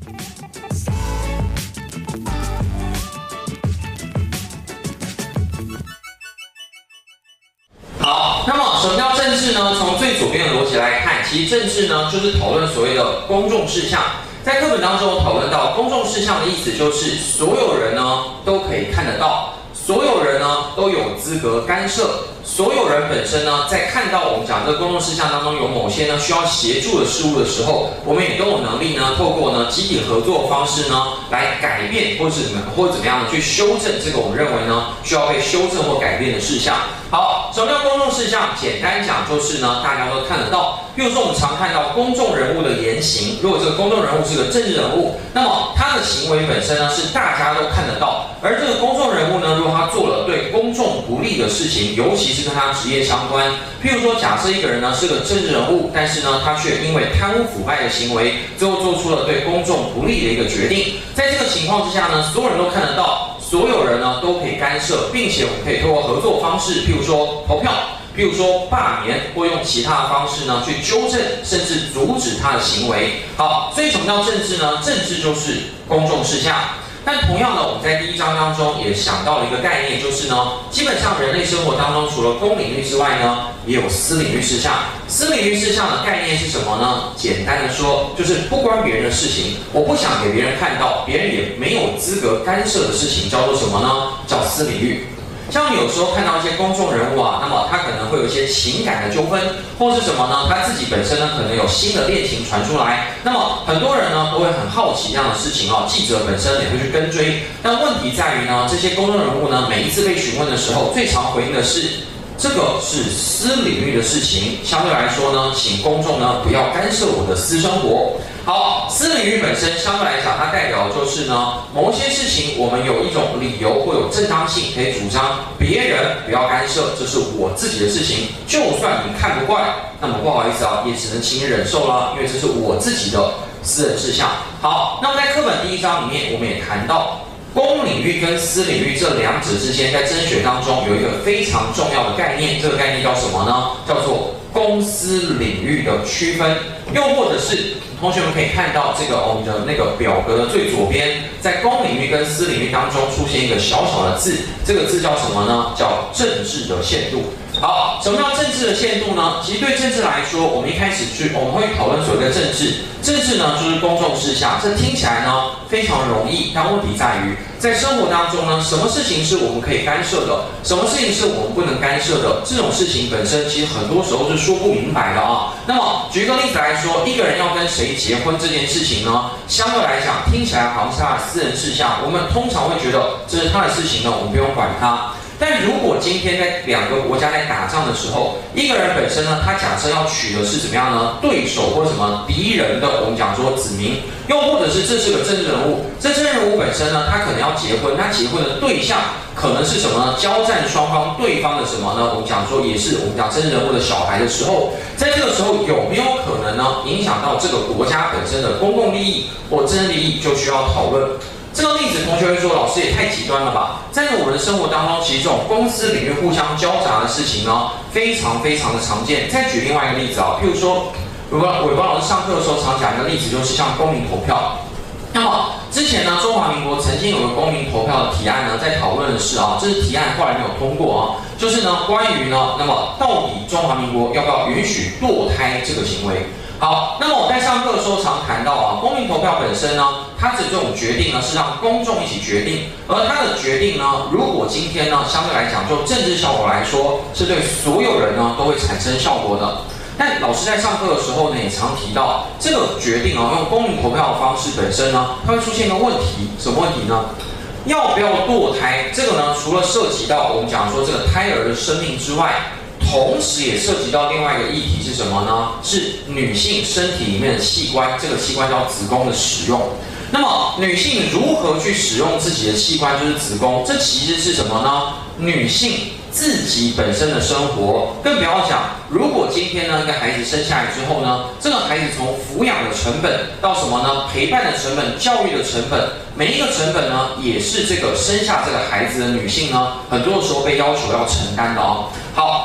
好，那么什么叫政治呢？从最左边的逻辑来看，其实政治呢就是讨论所谓的公众事项。在课本当中讨论到公众事项的意思，就是所有人呢都可以看得到，所有人呢都有资格干涉。所有人本身呢，在看到我们讲这个公众事项当中有某些呢需要协助的事物的时候，我们也都有能力呢，透过呢集体合作方式呢，来改变或者怎么样的去修正这个我们认为呢需要被修正或改变的事项。好，什么叫公众事项？简单讲就是呢，大家都看得到。比如说我们常看到公众人物的言行，如果这个公众人物是个政治人物，那么他的行为本身呢是大家都看得到。而这个公众人物呢，如果他做了对公众不利的事情，尤其是跟他职业相关，譬如说假设一个人呢是个政治人物，但是呢他却因为贪污腐败的行为，最后做出了对公众不利的一个决定。在这个情况之下呢，所有人都看得到。所有人呢都可以干涉，并且我们可以透过合作方式，譬如说投票，譬如说罢免，或用其他的方式呢去纠正，甚至阻止他的行为。好，所以什么叫政治呢？政治就是公众事项。但同样的，我们在第一章当中也想到了一个概念，就是呢，基本上人类生活当中除了公领域之外呢，也有私领域事项。私领域事项的概念是什么呢？简单的说，就是不关别人的事情，我不想给别人看到，别人也没有资格干涉的事情，叫做什么呢？叫私领域。像我们有时候看到一些公众人物啊，那么他可能会有一些情感的纠纷，或是什么呢？他自己本身呢可能有新的恋情传出来，那么很多人呢都会很好奇这样的事情哦，记者本身也会去跟追。但问题在于呢，这些公众人物呢每一次被询问的时候，最常回应的是这个是私领域的事情，相对来说呢，请公众呢不要干涉我的私生活。好，私领域本身相对来讲，它代表的就是呢，某些事情我们有一种理由或有正当性可以主张别人不要干涉，这是我自己的事情，就算你看不惯，那么不好意思啊，也只能请你忍受了，因为这是我自己的私人事项。好，那么在课本第一章里面，我们也谈到公领域跟私领域这两者之间，在真学当中有一个非常重要的概念，这个概念叫什么呢？叫做公私领域的区分，又或者是同学们可以看到这个我们的那个表格的最左边，在公领域跟私领域当中出现一个小小的字，这个字叫什么呢？叫政治的限度。好，什么叫政治的限度呢？其实对政治来说，我们一开始我们会讨论所谓的政治。政治呢就是公众事项，这听起来呢非常容易，但问题在于，在生活当中呢，什么事情是我们可以干涉的，什么事情是我们不能干涉的，这种事情本身其实很多时候是说不明白的啊。那么举一个例子来说，一个人要跟谁结婚这件事情呢，相对来讲听起来好像是他的私人事项，我们通常会觉得这是他的事情呢，我们不用管他。但如果今天在两个国家在打仗的时候，一个人本身呢，他假设要娶的是怎么样呢？对手或什么敌人的，我们讲说子民，又或者是这是个政治人物，这政治人物本身呢，他可能要结婚，他结婚的对象可能是什么呢？交战双方对方的什么呢？我们讲说也是我们讲政治人物的小孩的时候，在这个时候有没有可能呢，影响到这个国家本身的公共利益或政治利益，就需要讨论。这个例子，同学会说，老师也太极端了吧？在我们的生活当中，其实这种公私领域互相交杂的事情呢，非常非常的常见。再举另外一个例子啊，譬如说，伟光老师上课的时候常讲一个例子，就是像公民投票。那么之前呢，中华民国曾经有个公民投票的提案呢，在讨论的是啊，这是提案后来没有通过啊，就是呢，关于呢，那么到底中华民国要不要允许堕胎这个行为？好，那么我在上课的时候常谈到啊，公民投票本身呢，它的这种决定呢是让公众一起决定，而它的决定呢，如果今天呢相对来讲就政治效果来说，是对所有人呢都会产生效果的。但老师在上课的时候呢，也常提到这个决定啊，用公民投票的方式本身呢，它会出现一个问题，什么问题呢？要不要堕胎？这个呢，除了涉及到我们讲说这个胎儿的生命之外，同时也涉及到另外一个议题是什么呢？是女性身体里面的器官，这个器官叫子宫的使用。那么女性如何去使用自己的器官，就是子宫，这其实是什么呢？女性自己本身的生活，更不要讲，如果今天呢一个孩子生下来之后呢，这个孩子从抚养的成本到什么呢？陪伴的成本、教育的成本，每一个成本呢，也是这个生下这个孩子的女性呢，很多的时候被要求要承担的哦。好，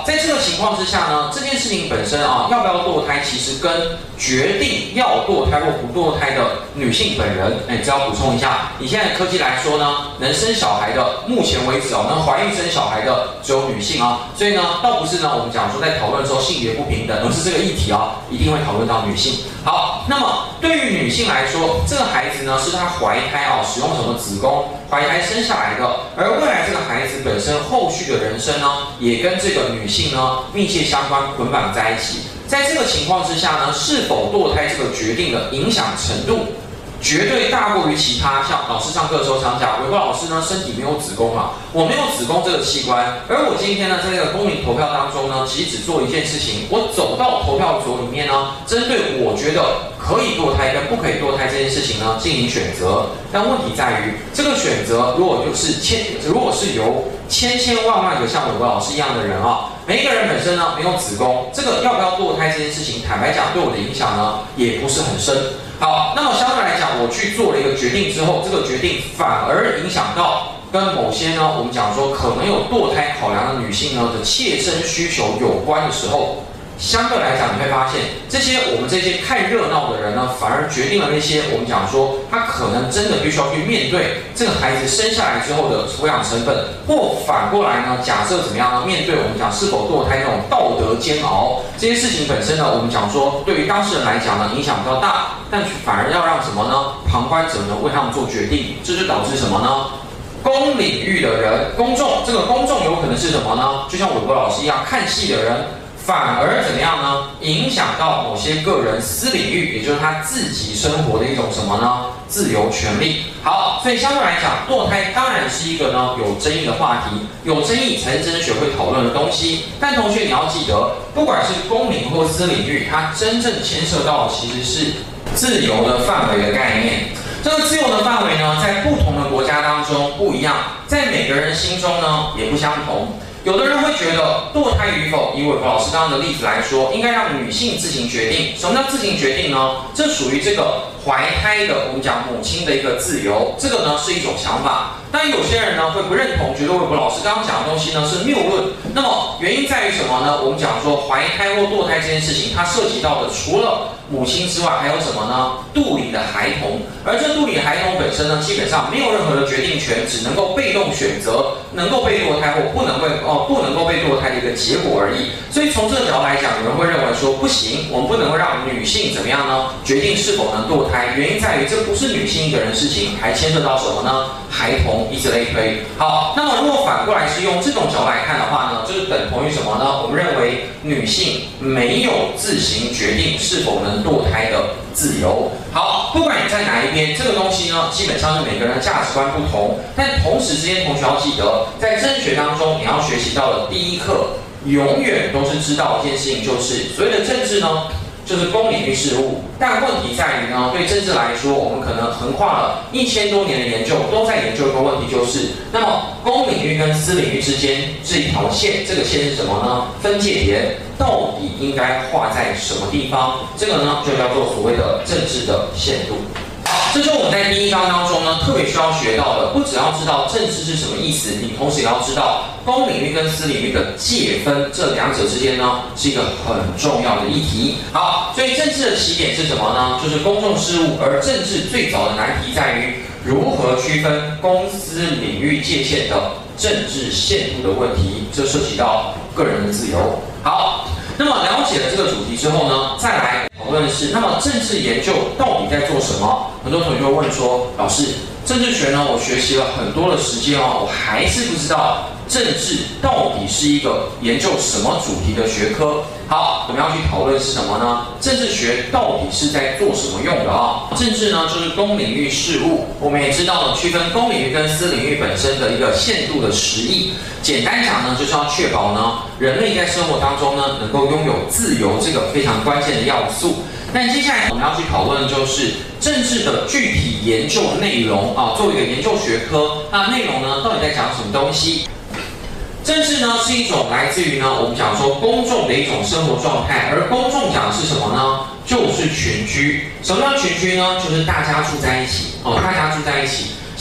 好，在这个情况之下呢，这件事情本身啊，要不要堕胎，其实跟决定要堕胎或不堕胎的女性本人，只要补充一下，以现在科技来说呢，能生小孩的，目前为止能怀孕生小孩的只有女性啊，所以呢，倒不是呢，我们讲说在讨论的时候性别不平等，而是这个议题啊，一定会讨论到女性。好，那么对于女性来说，这个孩子呢是她怀胎啊，使用什么子宫怀胎生下来的，而未来这个孩子本身后续的人生呢，也跟这个女性呢密切相关捆绑在一起。在这个情况之下呢，是否堕胎这个决定的影响程度，绝对大过于其他。像老师上课的时候常讲，伟国老师呢身体没有子宫嘛，我没有子宫这个器官，而我今天呢在这个公民投票当中呢，其实只做一件事情，我走到投票所里面呢，针对我觉得可以堕胎跟不可以堕胎这件事情呢进行选择。但问题在于，这个选择如果是由千万个像伟国老师一样的人啊，每一个人本身呢没有子宫，这个要不要堕胎这件事情，坦白讲对我的影响呢也不是很深。好，那么相对来讲，我去做了一个决定之后，这个决定反而影响到跟某些呢，我们讲说可能有堕胎考量的女性呢的切身需求有关的时候，相对来讲，你会发现我们这些看热闹的人呢，反而决定了那些我们讲说他可能真的必须要去面对这个孩子生下来之后的抚养成本，或反过来呢，假设怎么样呢？面对我们讲是否堕胎那种道德煎熬，这些事情本身呢，我们讲说对于当事人来讲呢，影响比较大，但反而要让什么呢？旁观者呢为他们做决定，这就导致什么呢？公领域的人，公众，这个公众有可能是什么呢？就像伟国老师一样，看戏的人。反而怎么样呢？影响到某些个人私领域，也就是他自己生活的一种什么呢？自由权利。好，所以相对来讲，堕胎当然是一个呢有争议的话题，有争议才是真正学会讨论的东西。但同学你要记得，不管是公领或私领域，它真正牵涉到的其实是自由的范围的概念。这个自由的范围呢，在不同的国家当中不一样，在每个人心中呢也不相同。有的人会觉得堕胎与否，以伟国老师刚刚的例子来说，应该让女性自行决定。什么叫自行决定呢？这属于这个怀胎的，我们讲母亲的一个自由，这个呢是一种想法。但有些人呢会不认同，觉得伟国老师刚刚讲的东西呢是谬论。那么原因在于什么呢？我们讲说怀胎或堕胎这件事情，它涉及到的除了母亲之外，还有什么呢？肚里的孩童。而这肚里孩童本身呢，基本上没有任何的决定权，只能够被动选择能够被堕胎或不能够被堕胎的一个结果而已。所以从这个角度来讲，有人会认为说不行，我们不能够让女性怎么样呢？决定是否能堕胎，原因在于这不是女性一个人的事情，还牵涉到什么呢？孩童，以此类推。好，那么如果反过来是用这种角度来看的话呢，就是等同于什么呢？我们认为女性没有自行决定是否能堕胎的自由。好，不管你在哪一边，这个东西呢，基本上是每个人的价值观不同，但同时之间，同学要记得，在政治学当中，你要学习到的第一课，永远都是知道一件事情，就是所谓的政治呢，就是公领域事务。但问题在于呢，对政治来说，我们可能横跨了1000多年的研究，都在研究一个问题，就是那么公领域跟私领域之间这一条线，这个线是什么呢？分界点到底应该画在什么地方？这个呢，就叫做所谓的政治的限度。这就是我们在第一章当中呢，特别需要学到的，不只要知道政治是什么意思，你同时也要知道公领域跟私领域的界分，这两者之间呢是一个很重要的议题。好，所以政治的起点是什么呢？就是公众事务，而政治最早的难题在于如何区分公私领域界限的政治限度的问题，这涉及到个人的自由。好，那么了解了这个主题之后呢，再来讨论的是，那么政治研究到底在做什么？很多同学会问说，老师，政治学呢，我学习了很多的时间哦，我还是不知道政治到底是一个研究什么主题的学科。好，我们要去讨论是什么呢？政治学到底是在做什么用的啊？政治呢，就是公领域事务。我们也知道了，区分公领域跟私领域本身的一个限度的实意。简单讲呢，就是要确保呢，人类在生活当中呢，能够拥有自由这个非常关键的要素。但接下来我们要去讨论的就是政治的具体研究内容啊，作为一个研究学科，那内容呢，到底在讲什么东西？政治呢是一种来自于呢，我们讲说公众的一种生活状态，而公众讲的是什么呢？就是群居。什么叫群居呢？就是大家住在一起哦，大家住在一起。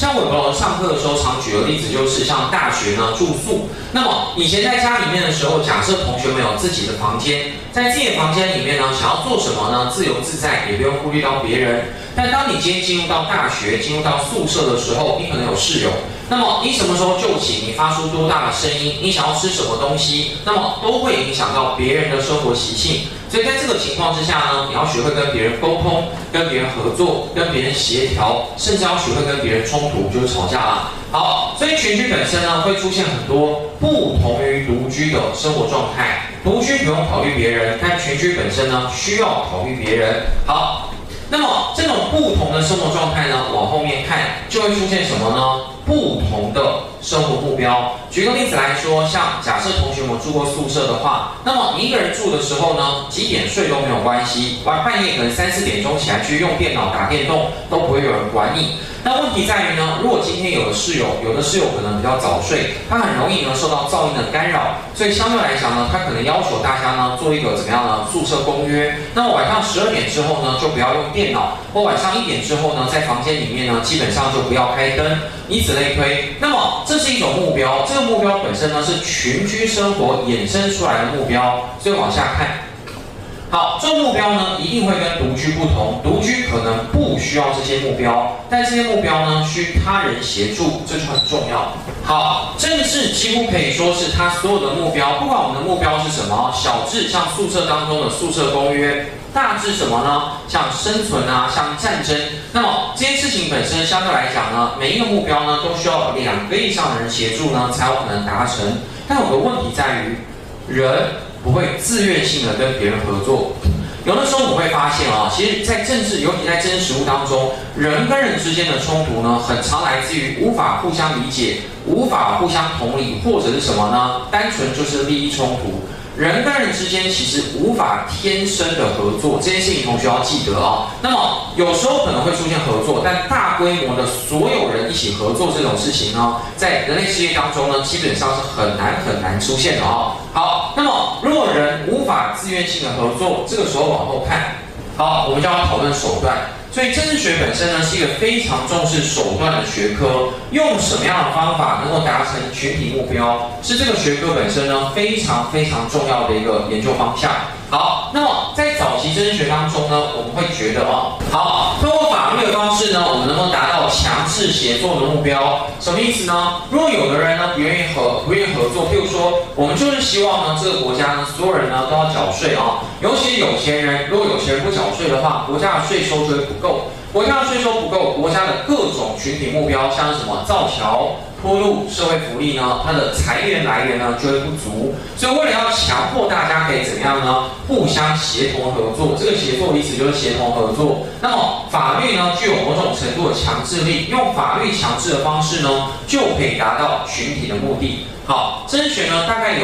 像我们上课的时候常举的例子就是像大学呢住宿，那么以前在家里面的时候，假设同学们有自己的房间，在自己的房间里面呢，想要做什么呢？自由自在，也不用顾虑到别人。但当你今天进入到大学，进入到宿舍的时候，你可能有室友，那么你什么时候就寝，你发出多大的声音，你想要吃什么东西，那么都会影响到别人的生活习性。所以在这个情况之下呢，你要学会跟别人沟通，跟别人合作，跟别人协调，甚至要学会跟别人冲突，就是吵架啦。好，所以群居本身呢，会出现很多不同于独居的生活状态。独居不用考虑别人，但群居本身呢，需要考虑别人。好。那么这种不同的生活状态呢，往后面看就会出现什么呢？不同的生活目标。举个例子来说，像假设同学们住过宿舍的话，那么你一个人住的时候呢，几点睡都没有关系，半夜可能3、4点钟起来去用电脑打电动，都不会有人管你。那问题在于呢，如果今天有的室友可能比较早睡，他很容易呢受到噪音的干扰，所以相对来讲呢，他可能要求大家呢做一个怎么样呢宿舍公约。那么晚上12点之后呢，就不要用电脑，或晚上1点之后呢，在房间里面呢，基本上就不要开灯，以此类推。那么这是一种目标，这个目标本身呢是群居生活衍生出来的目标，所以往下看。好，这个目标呢一定会跟独居不同，独居可能不需要这些目标，但这些目标呢需他人协助，这就很重要。好，政治几乎可以说是他所有的目标，不管我们的目标是什么，小至像宿舍当中的宿舍公约，大致什么呢？像生存啊，像战争。那么这件事情本身相对来讲呢，每一个目标呢都需要2个以上的人协助呢，才有可能达成。但有个问题在于，人不会自愿性的跟别人合作。有的时候我会发现啊，其实，在政治，尤其在真实务当中，人跟人之间的冲突呢，很常来自于无法互相理解、无法互相同理，或者是什么呢？单纯就是利益冲突。人跟人之间其实无法天生的合作，这件事情同学要记得啊。那么有时候可能会出现合作，但大规模的所有人一起合作这种事情呢，在人类世界当中呢，基本上是很难出现的啊。好，那么如果人无法自愿性的合作，这个时候往后看，好，我们就要讨论手段。所以政治学本身呢是一个非常重视手段的学科，用什么样的方法能够达成群体目标，是这个学科本身呢非常重要的一个研究方向。好，那么在早期政治学当中呢，我们会觉得好，通过法律的方式呢，我们能够达到强制协作的目标。什么意思呢？如果有的人呢不愿意合作，譬如说，我们就是希望呢这个国家呢所有人呢都要缴税啊，尤其是有钱人，如果有钱人不缴税的话，国家的税收就会不够。国家的税收不够，国家的各种群体目标，像是什么造桥、铺路、社会福利呢，它的财源来源呢就会不足。所以为了要强迫大家可以怎么样呢？互相协同合作。这个协作的意思就是协同合作。那么法律呢具有某种程度的强制力，用法律强制的方式呢，就可以达到群体的目的。好，政治学呢大概有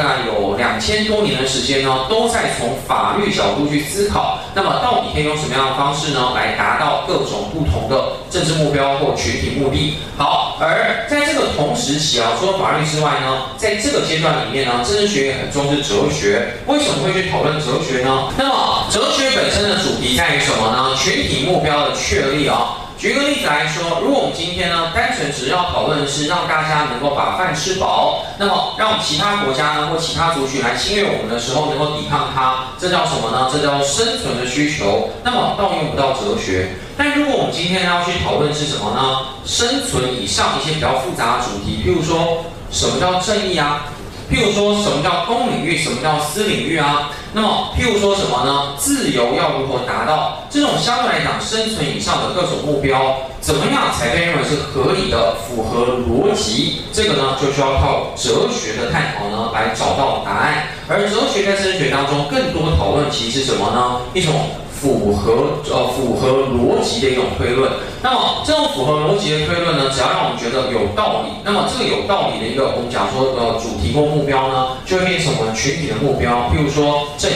2000多年的时间呢，都在从法律角度去思考，那么到底可以用什么样的方式呢，来达到各种不同的政治目标或群体目的。好，而在这个同时期啊，除了法律之外呢，在这个阶段里面呢，政治学也很重视哲学。为什么会去讨论哲学呢？那么哲学本身的主题在于什么呢？群体目标的确立啊。举个例子来说，如果我们今天呢，单纯只要讨论的是让大家能够把饭吃饱，那么让其他国家呢或其他族群来侵略我们的时候能够抵抗它，这叫什么呢？这叫生存的需求。那么倒用不到哲学。但如果我们今天要去讨论是什么呢？生存以上一些比较复杂的主题，譬如说什么叫正义啊？譬如说什么叫公领域，什么叫私领域啊？那么譬如说什么呢？自由要如何达到？这种相对来讲生存以上的各种目标，怎么样才被认为是合理的、符合逻辑？这个呢，就需要靠哲学的探讨呢来找到答案。而哲学在政治学当中更多讨论其实是什么呢？一种符合逻辑的一种推论。那么这种符合逻辑的推论呢，只要让我们觉得有道理，那么这个有道理的一个我们讲说主题或目标呢，就会变成我们群体的目标。譬如说正义。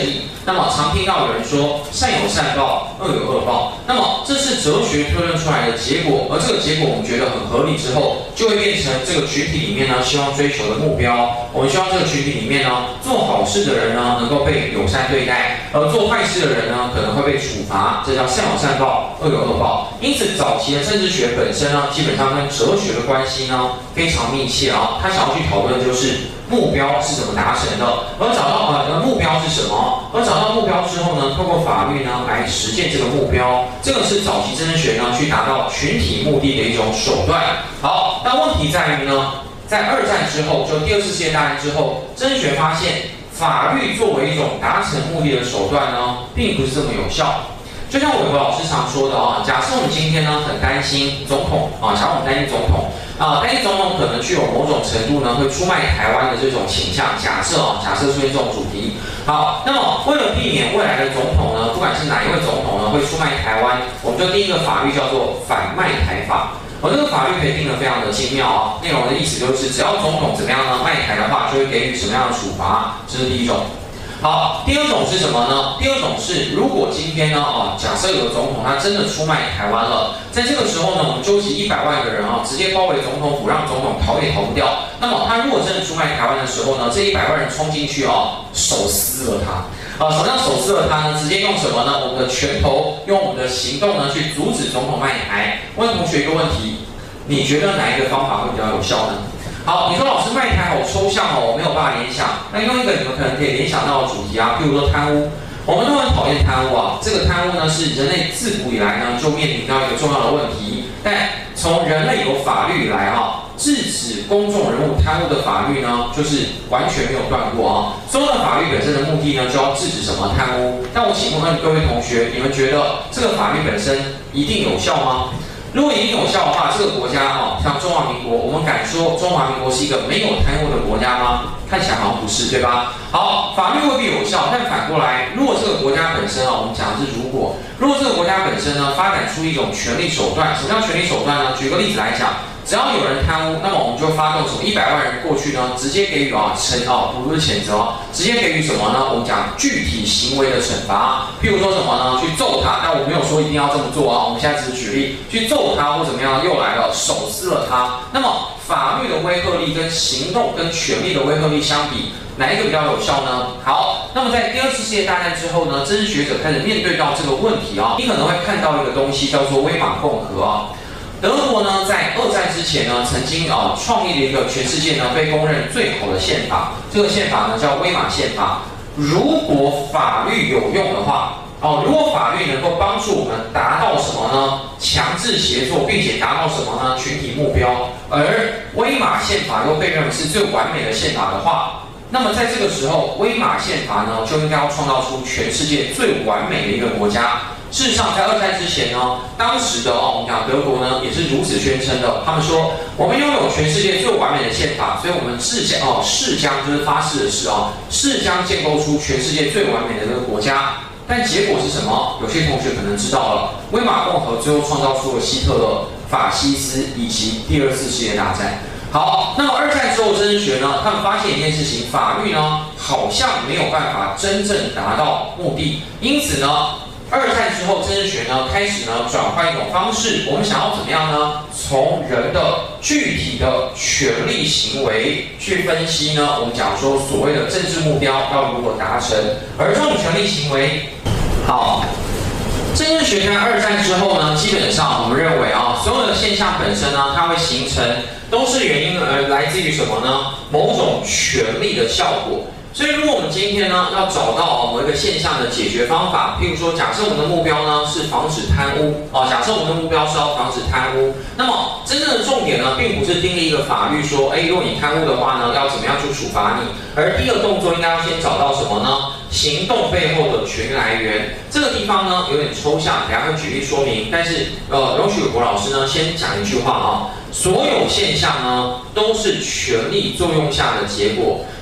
那么常听到有人说善有善报，恶有恶报。那么这是哲学推论出来的结果，而这个结果我们觉得很合理之后，就会变成这个群体里面呢希望追求的目标。我们希望这个群体里面呢，做好事的人呢能够被友善对待，而做坏事的人呢可能会被处罚，这叫善有善报，恶有恶报。因此，早期的政治学本身呢，基本上跟哲学的关系呢非常密切啊。他想要去讨论的就是目标是怎么达成的，而找到目标是什么，而找到目标之后呢，透过法律呢来实现这个目标，这个是早期政治学呢去达到群体目的的一种手段。好，但问题在于呢，在二战之后，就第二次世界大战之后，政治学发现法律作为一种达成目的的手段呢，并不是这么有效。就像伟国老师常说的啊，假设我们今天呢很担心总统啊，假如我们担心总统担心总统可能具有某种程度呢会出卖台湾的这种倾向，假设出现这种主题。好，那么为了避免未来的总统呢，不管是哪一位总统呢会出卖台湾，我们就定一个法律叫做反卖台法。这个法律可以定得非常的精妙啊，内容的意思就是只要总统怎么样呢卖台的话，就会给予什么样的处罚，这是第一种。好，第二种是什么呢？第二种是，如果今天呢，假设有个总统他真的出卖台湾了，在这个时候呢，我们纠集100万个人直接包围总统府，让总统逃也逃不掉。那么他如果真的出卖台湾的时候呢，这100万人冲进去手撕了他。什么叫手撕了他呢？直接用什么呢？我们的拳头，用我们的行动呢，去阻止总统卖台。问同学一个问题，你觉得哪一个方法会比较有效呢？好，你说老师卖台好抽象我没有办法联想。那用一个你们可能可以联想到的主题譬如说贪污，我们都很讨厌贪污这个贪污呢是人类自古以来呢就面临到一个重要的问题，但从人类有法律以来制止公众人物贪污的法律呢，就是完全没有断过所有的法律本身的目的呢，就要制止什么贪污。但我请问各位同学，你们觉得这个法律本身一定有效吗？如果一定有效的话，这个国家像中华民国，我们敢说中华民国是一个没有贪污的国家吗？看起来好像不是，对吧？好，法律未必有效，但反过来，如果这个国家本身我们讲的是如果这个国家本身呢发展出一种权力手段，什么叫权力手段呢？举个例子来讲，只要有人贪污，那么我们就发动什么100万人过去呢，直接给予不是谴责直接给予什么呢？我们讲具体行为的惩罚，譬如说什么呢？去揍他，但我没有说一定要这么做我们现在只是举例，去揍他或怎么样，又来了，手撕了他。那么法律的威慑力跟行动跟权力的威慑力相比，哪一个比较有效呢？好，那么在第二次世界大战之后呢，政治学者开始面对到这个问题你可能会看到一个东西叫做威玛共和德国呢，在二战之前呢，曾经创立了一个全世界呢被公认最好的宪法，这个宪法呢叫威玛宪法。如果法律有用的话，如果法律能够帮助我们达到什么呢？强制协作，并且达到什么呢？群体目标。而威玛宪法又被认为是最完美的宪法的话，那么在这个时候，威玛宪法呢就应该要创造出全世界最完美的一个国家。事实上，在二战之前呢，当时的我们讲德国呢也是如此宣称的。他们说，我们拥有全世界最完美的宪法，所以我们誓将就是发誓的誓誓将建构出全世界最完美的这个国家。但结果是什么？有些同学可能知道了，威玛共和最后创造出了希特勒、法西斯以及第二次世界大战。好，那么二战之后政治学呢，他们发现一件事情，法律呢好像没有办法真正达到目的，因此呢，二战之后政治学呢开始呢转换一种方式，我们想要怎么样呢？从人的具体的权利行为去分析呢，我们讲说所谓的政治目标要如何达成，而这种权利行为，好。政治学在二战之后呢，基本上我们认为所有的现象本身呢，它会形成都是原因来自于什么呢？某种权力的效果。所以，如果我们今天呢要找到某一个现象的解决方法，譬如说，假设我们的目标呢是防止贪污假设我们的目标是要防止贪污，那么真正的重点呢，并不是订立一个法律说，如果你贪污的话呢，要怎么样去处罚你，而第一个动作应该要先找到什么呢？行动背后的权利来源。这个地方呢有点抽象，等一下会举例说明。但是容许伟国老师呢先讲一句话所有现象呢都是权力作用下的结果。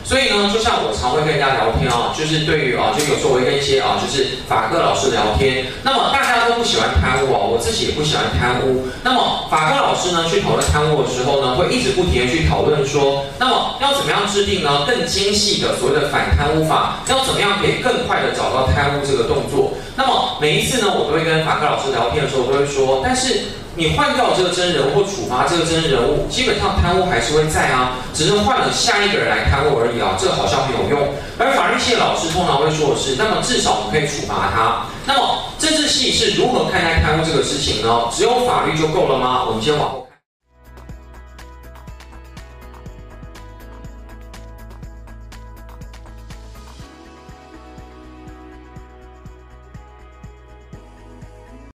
所以呢，就像我常会跟人家聊天啊，就是对于就有时候我会跟一些就是法科老师聊天，那么大家都不喜欢贪污我自己也不喜欢贪污。那么法科老师呢去讨论贪污的时候呢，会一直不停的去讨论说，那么要怎么样制定呢更精细的所谓的反贪污法，要怎么样可以更快的找到贪污这个动作。那么每一次呢，我都会跟法科老师聊天的时候，我都会说，但是你换掉这个真人物或处罚这个真人物，基本上贪污还是会在啊，只是换了下一个人来贪污而已啊，这好像没有用。而法律系的老师通常会说的是，那么至少我们可以处罚他。那么政治系是如何看待贪污这个事情呢？只有法律就够了吗？我们先往后看。